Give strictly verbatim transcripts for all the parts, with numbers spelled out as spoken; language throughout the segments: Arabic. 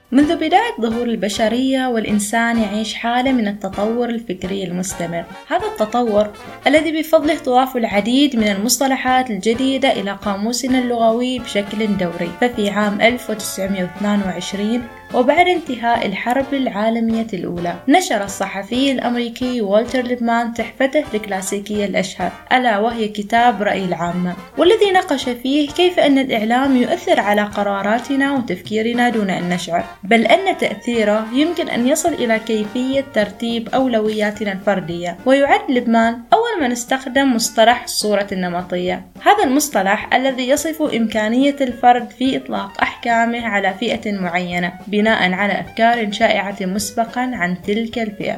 منذ بداية ظهور البشرية والإنسان يعيش حالة من التطور الفكري المستمر. هذا التطور الذي بفضله تضاف العديد من المصطلحات الجديدة إلى قاموسنا اللغوي بشكل دوري. ففي عام ألف وتسعمائة واثنين وعشرين وبعد انتهاء الحرب العالمية الأولى نشر الصحفي الأمريكي والتر ليبمان تحفته الكلاسيكية الأشهر ألا وهي كتاب رأي العامة، والذي ناقش فيه كيف أن الإعلام يؤثر على قراراتنا وتفكيرنا دون أن نشعر، بل أن تأثيره يمكن أن يصل إلى كيفية ترتيب أولوياتنا الفردية. ويعد ليبمان أول من استخدم مصطلح الصورة النمطية، هذا المصطلح الذي يصف إمكانية الفرد في إطلاق أحكامه على فئة معينة بناء على أفكار شائعة مسبقا عن تلك الفئة.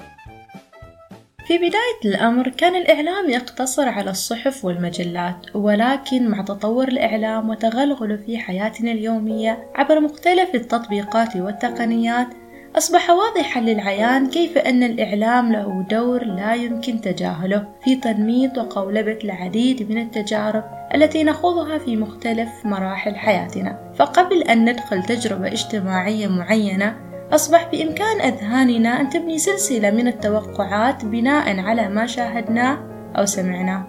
في بداية الأمر كان الإعلام يقتصر على الصحف والمجلات، ولكن مع تطور الإعلام وتغلغله في حياتنا اليومية عبر مختلف التطبيقات والتقنيات، أصبح واضحا للعيان كيف أن الإعلام له دور لا يمكن تجاهله في تنميط وقولبة العديد من التجارب التي نخوضها في مختلف مراحل حياتنا. فقبل أن ندخل تجربة اجتماعية معينة، أصبح بإمكان أذهاننا أن تبني سلسلة من التوقعات بناء على ما شاهدناه أو سمعناه.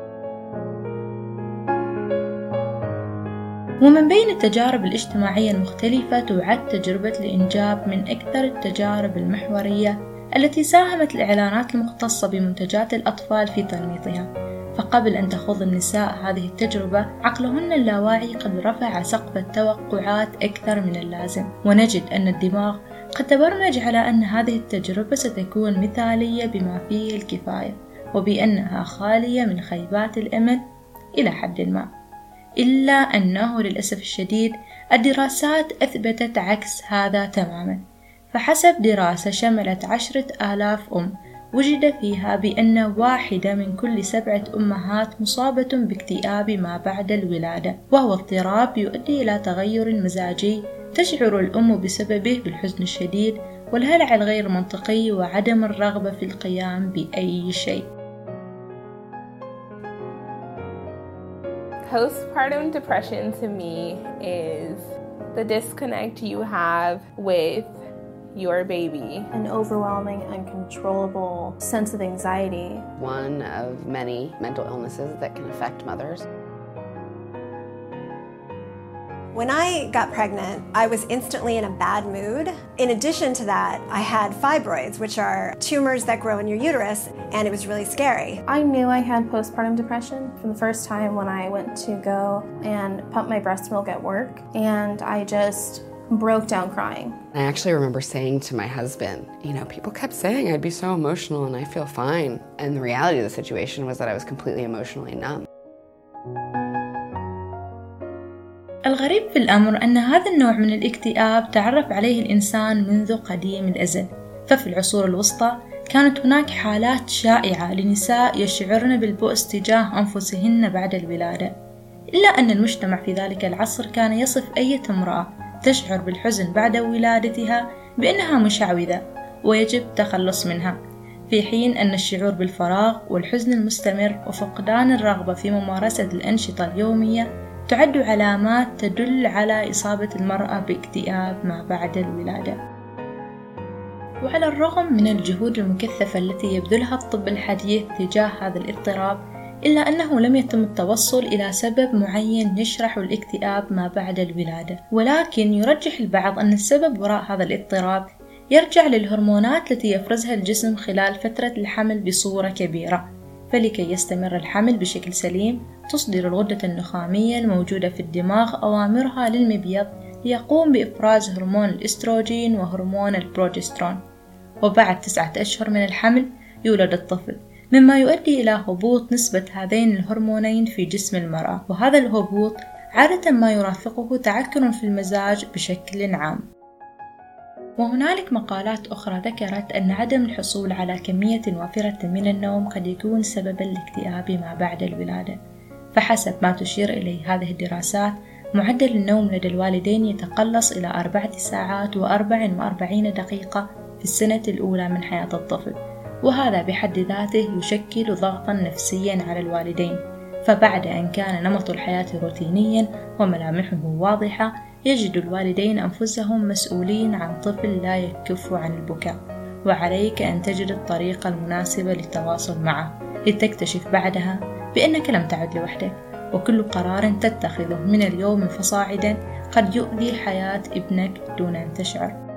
ومن بين التجارب الاجتماعية المختلفة تعد تجربة الإنجاب من أكثر التجارب المحورية التي ساهمت الإعلانات المختصة بمنتجات الأطفال في تنميطها. فقبل أن تخوض النساء هذه التجربة، عقلهن اللاواعي قد رفع سقف التوقعات أكثر من اللازم، ونجد أن الدماغ قد تبرمج على أن هذه التجربة ستكون مثالية بما فيه الكفاية، وبأنها خالية من خيبات الأمل إلى حد ما. إلا أنه للأسف الشديد الدراسات أثبتت عكس هذا تماما. فحسب دراسة شملت عشرة آلاف أم، وجد فيها بأن واحدة من كل سبعة أمهات مصابة باكتئاب ما بعد الولادة، وهو اضطراب يؤدي إلى تغير مزاجي تشعر الأم بسببه بالحزن الشديد والهلع الغير منطقي وعدم الرغبة في القيام بأي شيء. Postpartum depression to me is the disconnect you have with your baby. An overwhelming, uncontrollable sense of anxiety. One of many mental illnesses that can affect mothers. When I got pregnant, I was instantly in a bad mood. In addition to that, I had fibroids, which are tumors that grow in your uterus, and it was really scary. I knew I had postpartum depression from the first time when I went to go and pump my breast milk at work, and I just broke down crying. I actually remember saying to my husband, you know, people kept saying I'd be so emotional and I feel fine. And the reality of the situation was that I was completely emotionally numb. الغريب في الأمر أن هذا النوع من الاكتئاب تعرف عليه الإنسان منذ قديم الأزل. ففي العصور الوسطى كانت هناك حالات شائعة لنساء يشعرن بالبؤس تجاه أنفسهن بعد الولادة، إلا أن المجتمع في ذلك العصر كان يصف أي امرأة تشعر بالحزن بعد ولادتها بأنها مشعوذة ويجب التخلص منها، في حين أن الشعور بالفراغ والحزن المستمر وفقدان الرغبة في ممارسة الأنشطة اليومية تعد علامات تدل على إصابة المرأة باكتئاب ما بعد الولادة. وعلى الرغم من الجهود المكثفة التي يبذلها الطب الحديث تجاه هذا الاضطراب، إلا أنه لم يتم التوصل إلى سبب معين يشرح الاكتئاب ما بعد الولادة. ولكن يرجح البعض أن السبب وراء هذا الاضطراب يرجع للهرمونات التي يفرزها الجسم خلال فترة الحمل بصورة كبيرة. فلكي يستمر الحمل بشكل سليم، تصدر الغدة النخامية الموجودة في الدماغ أوامرها للمبيض ليقوم بإفراز هرمون الإستروجين وهرمون البروجسترون. وبعد تسعة أشهر من الحمل يولد الطفل، مما يؤدي إلى هبوط نسبة هذين الهرمونين في جسم المرأة، وهذا الهبوط عادة ما يرافقه تعكر في المزاج بشكل عام. وهنالك مقالات أخرى ذكرت أن عدم الحصول على كمية وافرة من النوم قد يكون سببا لاكتئاب ما بعد الولادة. فحسب ما تشير إليه هذه الدراسات، معدل النوم لدى الوالدين يتقلص إلى أربعة ساعات وأربع وأربعين دقيقة في السنة الأولى من حياة الطفل، وهذا بحد ذاته يشكل ضغطا نفسيا على الوالدين. فبعد أن كان نمط الحياة روتينيا وملامحه واضحة، يجد الوالدين أنفسهم مسؤولين عن طفل لا يكف عن البكاء، وعليك أن تجد الطريقة المناسبة للتواصل معه، لتكتشف بعدها بأنك لم تعد لوحدك، وكل قرار تتخذه من اليوم فصاعدا قد يؤذي حياة ابنك دون أن تشعر.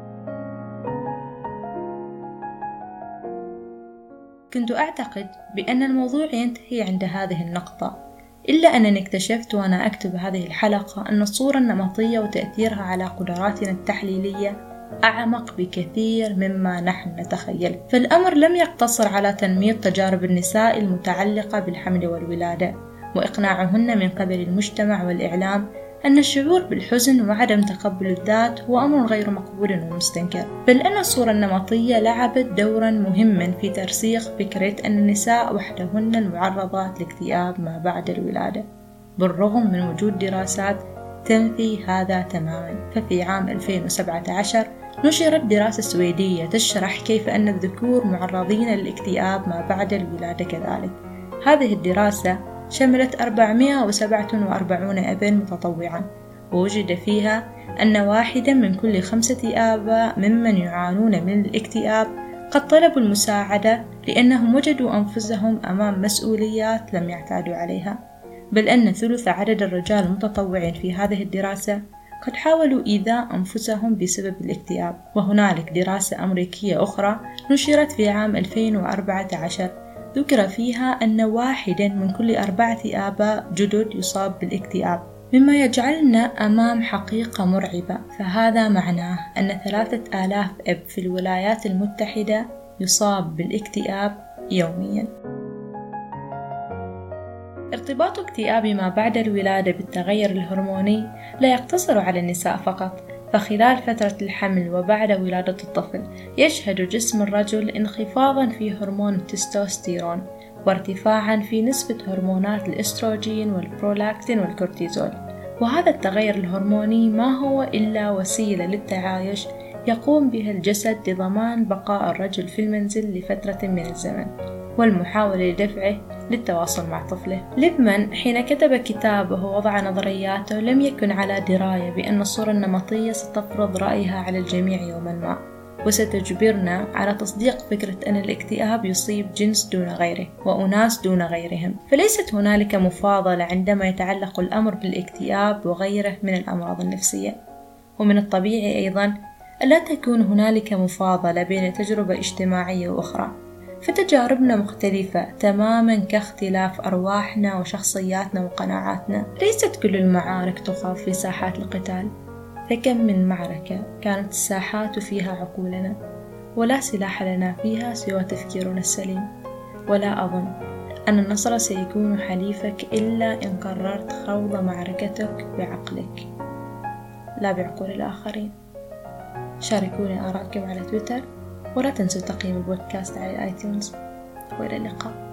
كنت أعتقد بأن الموضوع ينتهي عند هذه النقطة، إلا أنني اكتشفت وأنا أكتب هذه الحلقة أن الصورة النمطية وتأثيرها على قدراتنا التحليلية أعمق بكثير مما نحن نتخيل. فالأمر لم يقتصر على تنمية تجارب النساء المتعلقة بالحمل والولادة وإقناعهن من قبل المجتمع والإعلام أن الشعور بالحزن وعدم تقبل الذات هو أمر غير مقبول ومستنكر، بل أن الصورة النمطية لعبت دورا مهما في ترسيخ فكرة أن النساء وحدهن المعرضات لاكتئاب ما بعد الولادة، بالرغم من وجود دراسات تنفي هذا تماما. ففي عام ألفين وسبعة عشر نشرت دراسة سويدية تشرح كيف أن الذكور معرضين للاكتئاب ما بعد الولادة كذلك. هذه الدراسة شملت أربعمائة وسبعة وأربعين أبا متطوعا، ووجد فيها أن واحدا من كل خمسة آباء ممن يعانون من الاكتئاب قد طلبوا المساعدة لأنهم وجدوا أنفسهم أمام مسؤوليات لم يعتادوا عليها، بل أن ثلث عدد الرجال المتطوعين في هذه الدراسة قد حاولوا إيذاء أنفسهم بسبب الاكتئاب. وهنالك دراسة أمريكية أخرى نشرت في عام ألفين وأربعة عشر ذكر فيها أن واحدا من كل أربعة آباء جدد يصاب بالاكتئاب، مما يجعلنا أمام حقيقة مرعبة. فهذا معناه أن ثلاثة آلاف أب في الولايات المتحدة يصاب بالاكتئاب يوميا. ارتباط اكتئاب ما بعد الولادة بالتغير الهرموني لا يقتصر على النساء فقط، فخلال فترة الحمل وبعد ولادة الطفل يشهد جسم الرجل انخفاضا في هرمون التستوستيرون وارتفاعا في نسبة هرمونات الإستروجين والبرولاكتين والكورتيزول. وهذا التغير الهرموني ما هو إلا وسيلة للتعايش يقوم بها الجسد لضمان بقاء الرجل في المنزل لفترة من الزمن، والمحاولة لدفعه للتواصل مع طفله. ليبمان حين كتب كتابه ووضع نظرياته لم يكن على دراية بأن الصورة النمطية ستفرض رأيها على الجميع يوما ما، وستجبرنا على تصديق فكرة أن الاكتئاب يصيب جنس دون غيره وأناس دون غيرهم. فليست هنالك مفاضلة عندما يتعلق الأمر بالاكتئاب وغيره من الأمراض النفسية، ومن الطبيعي أيضا ألا تكون هنالك مفاضلة بين تجربة اجتماعية وأخرى، فتجاربنا مختلفة تماما كاختلاف أرواحنا وشخصياتنا وقناعاتنا. ليست كل المعارك تخاض في ساحات القتال، فكم من معركة كانت الساحات فيها عقولنا، ولا سلاح لنا فيها سوى تفكيرنا السليم. ولا أظن أن النصر سيكون حليفك إلا إن قررت خوض معركتك بعقلك لا بعقول الآخرين. شاركوني آراءكم على تويتر، ولا تنسوا تقييم البودكاست على آيتونز، وإلى اللقاء.